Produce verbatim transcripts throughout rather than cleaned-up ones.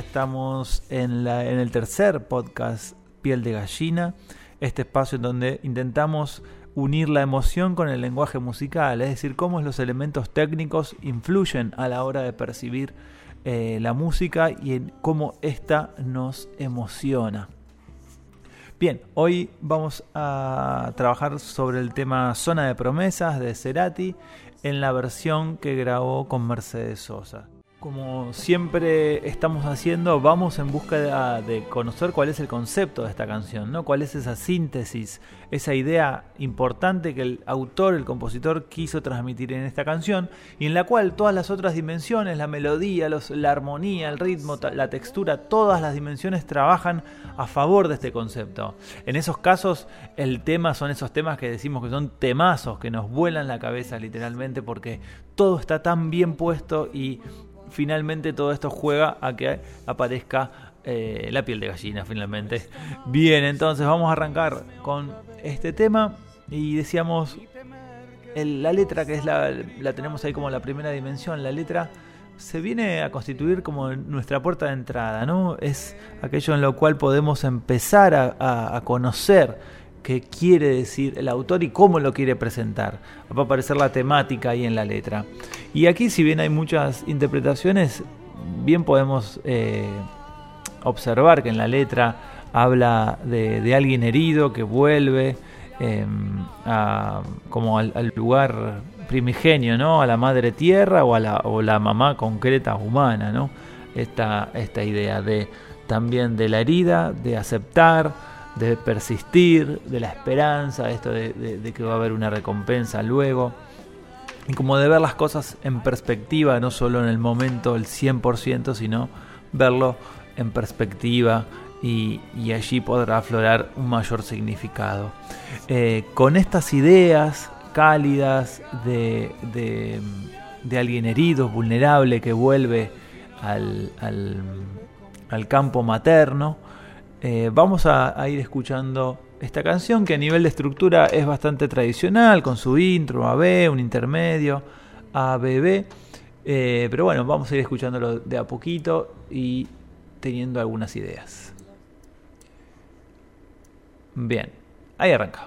estamos en, la, en el tercer podcast Piel de Gallina, este espacio en donde intentamos unir la emoción con el lenguaje musical, es decir, cómo los elementos técnicos influyen a la hora de percibir eh, la música y en cómo ésta nos emociona. Bien, hoy vamos a trabajar sobre el tema Zona de Promesas de Cerati en la versión que grabó con Mercedes Sosa. Como siempre estamos haciendo, vamos en busca de conocer cuál es el concepto de esta canción, ¿no? Cuál es esa síntesis, esa idea importante que el autor, el compositor quiso transmitir en esta canción y en la cual todas las otras dimensiones, la melodía, los, la armonía, el ritmo, la textura, todas las dimensiones trabajan a favor de este concepto. En esos casos el tema son esos temas que decimos que son temazos, que nos vuelan la cabeza literalmente porque todo está tan bien puesto y finalmente todo esto juega a que aparezca eh, la piel de gallina finalmente. Bien, entonces vamos a arrancar con este tema y decíamos el, la letra, que es la, la tenemos ahí como la primera dimensión. La letra se viene a constituir como nuestra puerta de entrada, ¿no? Es aquello en lo cual podemos empezar a, a, a conocer qué quiere decir el autor y cómo lo quiere presentar. Va a aparecer la temática ahí en la letra. Y aquí, si bien hay muchas interpretaciones, bien podemos eh, observar que en la letra habla de, de alguien herido que vuelve eh, a, como al, al lugar primigenio, ¿no? A la madre tierra o a la, o la mamá concreta humana, ¿no? Esta, esta idea de también de la herida, de aceptar, de persistir, de la esperanza, esto de, de, de que va a haber una recompensa luego, y como de ver las cosas en perspectiva, no solo en el momento el cien por ciento, sino verlo en perspectiva y, y allí podrá aflorar un mayor significado. Eh, con estas ideas cálidas de, de, de alguien herido, vulnerable, que vuelve al, al, al campo materno, Eh, vamos a, a ir escuchando esta canción que a nivel de estructura es bastante tradicional, con su intro, A B, un intermedio, A B B, eh, pero bueno, vamos a ir escuchándolo de a poquito y teniendo algunas ideas. Bien, ahí arranca.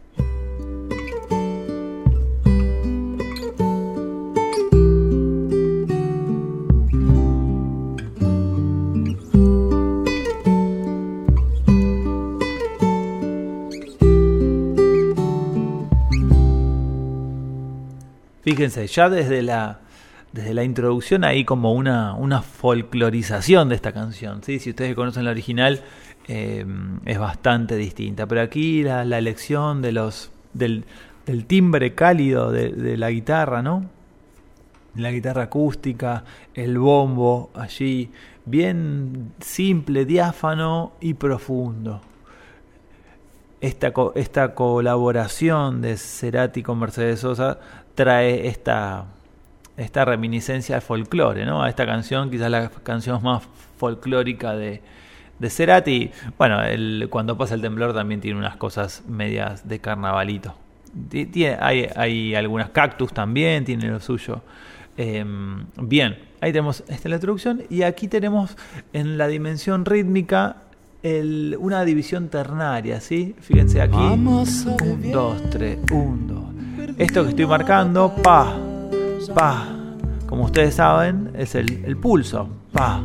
Fíjense, ya desde la, desde la introducción hay como una, una folclorización de esta canción, ¿sí? Si ustedes conocen la original, eh, es bastante distinta. Pero aquí la, la elección de los, del, del timbre cálido de, de la guitarra, ¿no? La guitarra acústica, el bombo allí, bien simple, diáfano y profundo. Esta, esta colaboración de Cerati con Mercedes Sosa trae esta, esta reminiscencia al folclore, ¿no? A esta canción, quizás la canción más folclórica de, de Cerati. Bueno, el, Cuando pasa el temblor también tiene unas cosas medias de carnavalito. Tiene, hay, hay algunas Cactus también, tiene lo suyo. Eh, bien, ahí tenemos esta la introducción y aquí tenemos en la dimensión rítmica el, una división ternaria, ¿sí? Fíjense aquí, un, dos, tres, un, dos. Esto que estoy marcando, pa, pa, como ustedes saben, es el, el pulso, pa,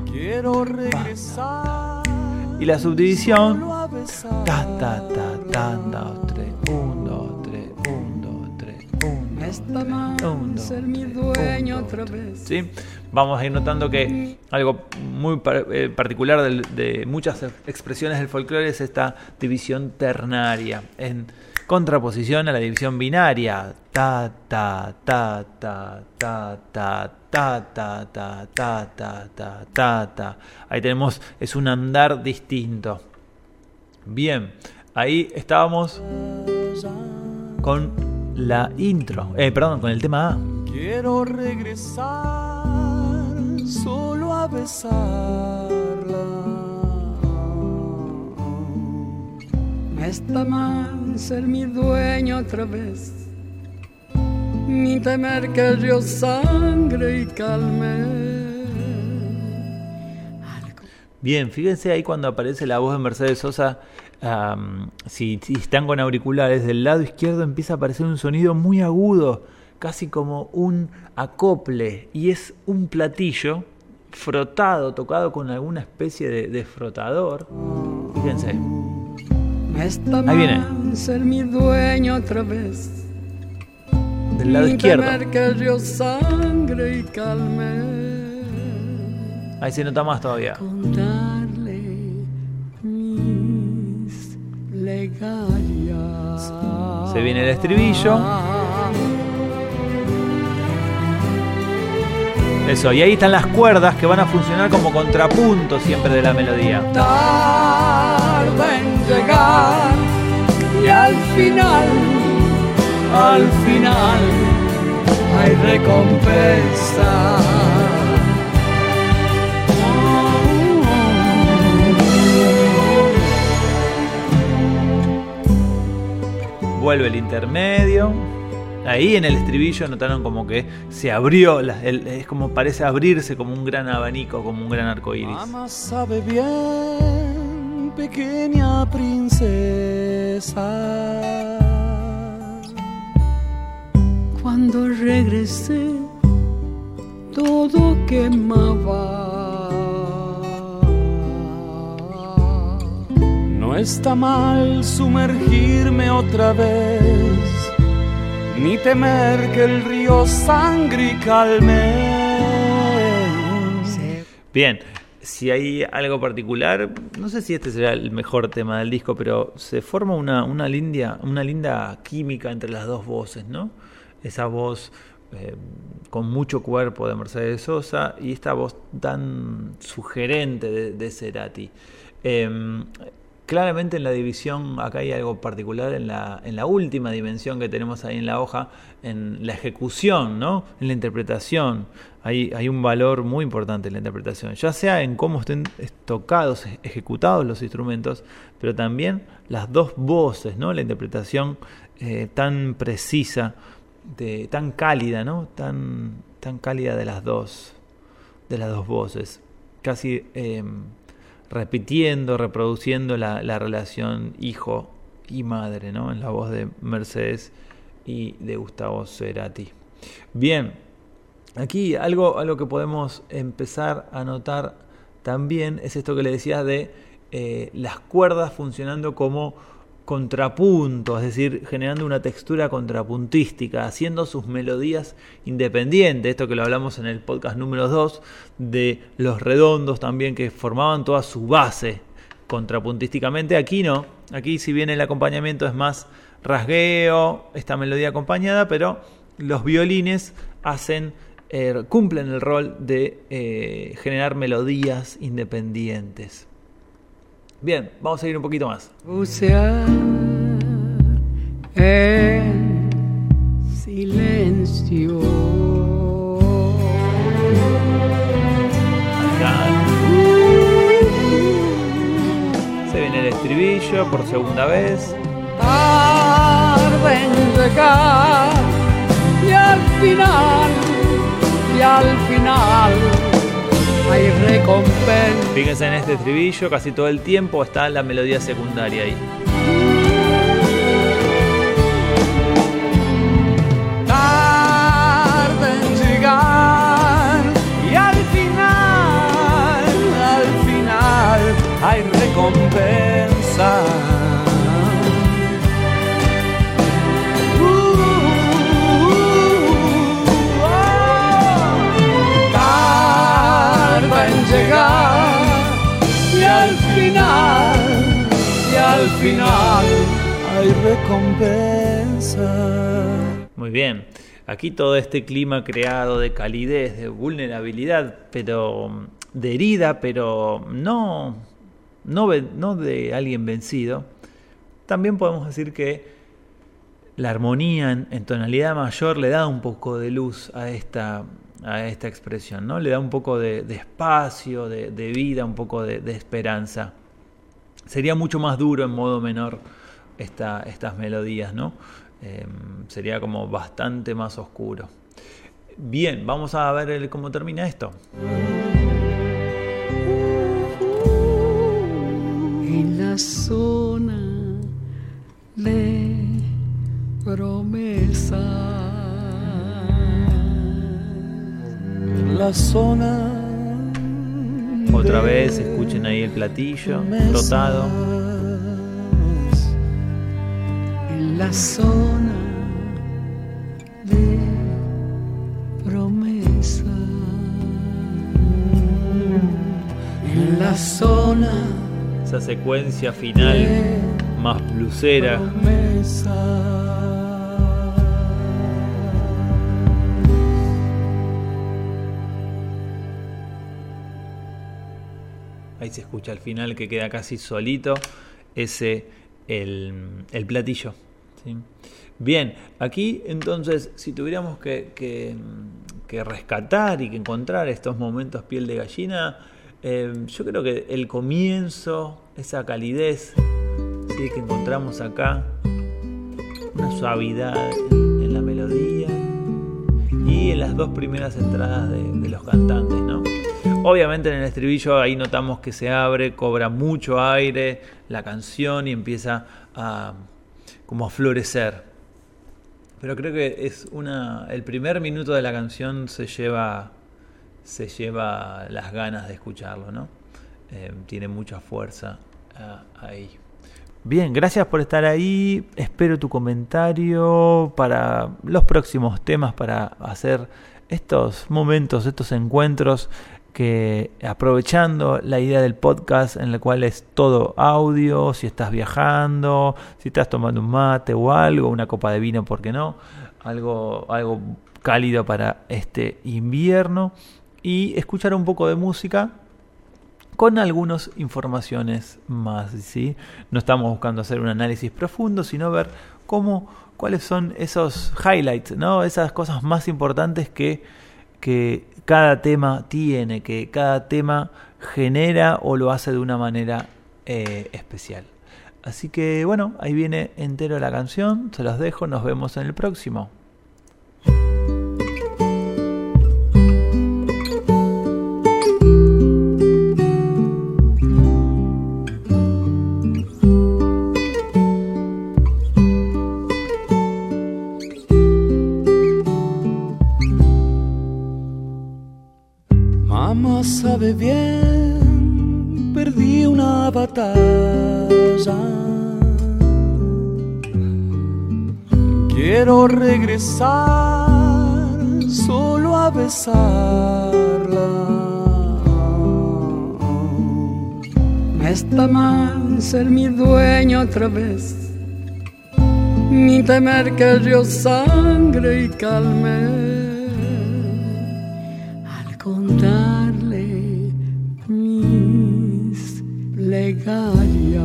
pa, y la subdivisión, ta, ta, ta, ta, dos, tres, un, dos, tres, un, dos, tres, un, dos, tres, un, dos, tres, ¿sí? Vamos a ir notando que algo muy eh, particular de, de muchas expresiones del folclore es esta división ternaria, en contraposición a la división binaria, ta ta ta ta ta ta ta ta ta ta ta ta ta ta. Ahí tenemos, es un andar distinto. Bien, ahí estábamos con la intro, eh, perdón, con el tema A. Quiero regresar solo a besarla. Me está mal ser mi dueño otra vez, mi temer que yo sangre y calme. Bien, fíjense ahí cuando aparece la voz de Mercedes Sosa, um, si, si están con auriculares, del lado izquierdo empieza a aparecer un sonido muy agudo, casi como un acople, y es un platillo frotado, tocado con alguna especie de, de frotador. Fíjense. Ahí viene. Ser mi dueño otra vez. Del lado izquierdo. Que río sangre y calme. Ahí se nota más todavía. Contarle mis legarias. Se viene el estribillo. Eso, y ahí están las cuerdas que van a funcionar como contrapunto siempre de la melodía. Tarda en llegar y al final, al final hay recompensa. Vuelve el intermedio. Ahí en el estribillo notaron como que se abrió, la, el, es como parece abrirse como un gran abanico, como un gran arco iris. Mamá sabe bien, pequeña princesa, cuando regresé todo quemaba. No está mal sumergirme otra vez, ni temer que el río sangre calme. Bien, si hay algo particular, no sé si este será el mejor tema del disco, pero se forma una, una, linda, una linda química entre las dos voces, ¿no? Esa voz eh, con mucho cuerpo de Mercedes Sosa y esta voz tan sugerente de, de Cerati. Eh, Claramente en la división, acá hay algo particular en la, en la última dimensión que tenemos ahí en la hoja, en la ejecución, ¿no? En la interpretación. Hay, hay un valor muy importante en la interpretación, ya sea en cómo estén tocados, ejecutados los instrumentos, pero también las dos voces, ¿no? La interpretación eh, tan precisa, de, tan cálida, ¿no? Tan, tan cálida de las dos, de las dos voces. Casi... Eh, repitiendo, reproduciendo la, la relación hijo y madre, ¿no? En la voz de Mercedes y de Gustavo Cerati. Bien, aquí algo, algo que podemos empezar a notar también es esto que le decía de eh, las cuerdas funcionando como contrapunto, es decir, generando una textura contrapuntística, haciendo sus melodías independientes, esto que lo hablamos en el podcast número dos, de los redondos también, que formaban toda su base contrapuntísticamente. Aquí no, aquí si bien el acompañamiento es más rasgueo, esta melodía acompañada, pero los violines hacen, eh, cumplen el rol de eh, generar melodías independientes. Bien, vamos a ir un poquito más. Bucear en silencio. Acá. Se viene el estribillo por segunda vez. Tarde en llegar y al final, y al final hay recompensa. Fíjense en este estribillo, casi todo el tiempo está la melodía secundaria ahí. Tarde en llegar y al final, al final hay recompensa. Uh, uh, uh, oh. Tarde en llegar y al final, y al final hay recompensa. Muy bien. Aquí todo este clima creado de calidez, de vulnerabilidad, pero de herida, pero no, no, no de alguien vencido. También podemos decir que la armonía en, en tonalidad mayor le da un poco de luz a esta, a esta expresión, ¿no? Le da un poco de, de espacio, de, de vida, un poco de, de esperanza. Sería mucho más duro en modo menor esta, estas melodías, ¿no? Eh, sería como bastante más oscuro. Bien, vamos a ver el, cómo termina esto. zona de promesa, la zona. Otra vez escuchen ahí el platillo frotado. En la zona de promesa, en la zona. Esa secuencia final más blusera. Ahí se escucha al final que queda casi solito ese el, el platillo, ¿sí? Bien, aquí entonces si tuviéramos que, que, que rescatar y que encontrar estos momentos piel de gallina, eh, yo creo que el comienzo, esa calidez, ¿sí?, que encontramos acá, una suavidad en, en la melodía y en las dos primeras entradas de, de los cantantes, ¿no? Obviamente en el estribillo ahí notamos que se abre, cobra mucho aire la canción y empieza a como a florecer. Pero creo que es una el primer minuto de la canción se lleva se lleva las ganas de escucharlo, ¿no? Eh, tiene mucha fuerza uh, ahí. Bien, gracias por estar ahí. Espero tu comentario para los próximos temas, para hacer estos momentos, estos encuentros que, aprovechando la idea del podcast en la cual es todo audio, si estás viajando, si estás tomando un mate o algo, una copa de vino, ¿por qué no? Algo, algo cálido para este invierno, y escuchar un poco de música con algunas informaciones más, ¿sí? No estamos buscando hacer un análisis profundo, sino ver cómo, cuáles son esos highlights, ¿no? Esas cosas más importantes que, que cada tema tiene, que cada tema genera o lo hace de una manera eh, especial. Así que bueno, ahí viene entero la canción, se los dejo, nos vemos en el próximo. Mamá sabe bien, perdí una batalla. Quiero regresar solo a besarla. No está mal ser mi dueño otra vez, ni temer que el río sangre y calme. Contarle mis plegarias.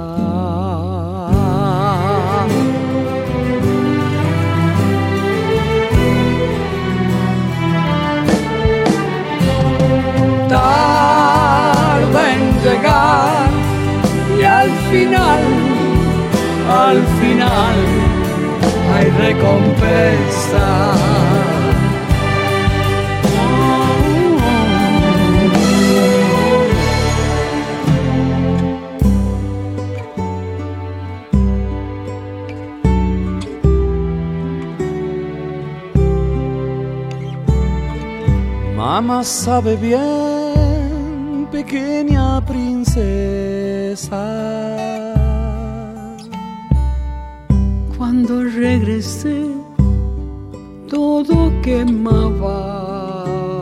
Tarda en llegar y al final, al final hay recompensa. Mamá sabe bien, pequeña princesa. Cuando regresé, todo quemaba.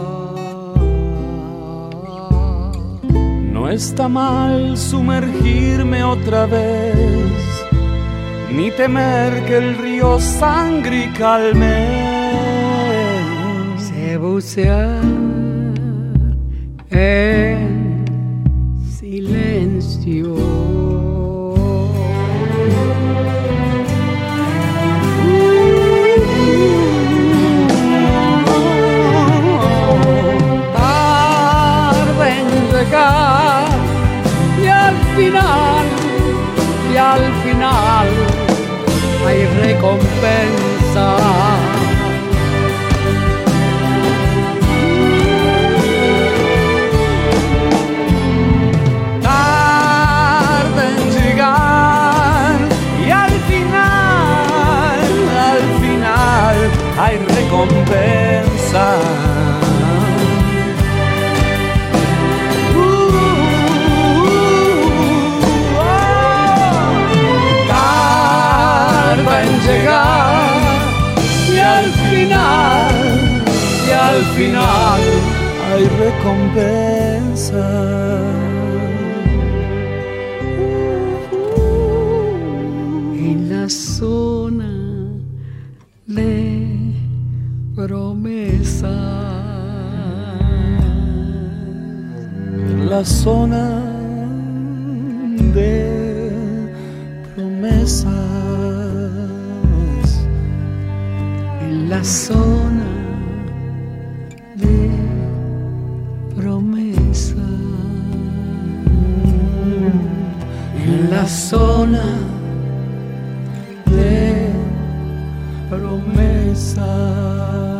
No está mal sumergirme otra vez, ni temer que el río sangre y calme. Bucear en silencio. Tarde en llegar y al final, y al final hay recompensa. hay recompensa. Uh, uh, oh. Tarda en llegar y al final, y al final hay recompensa. En la zona de promesa, en la zona de promesas, en la zona de promesa, en la zona de promesas.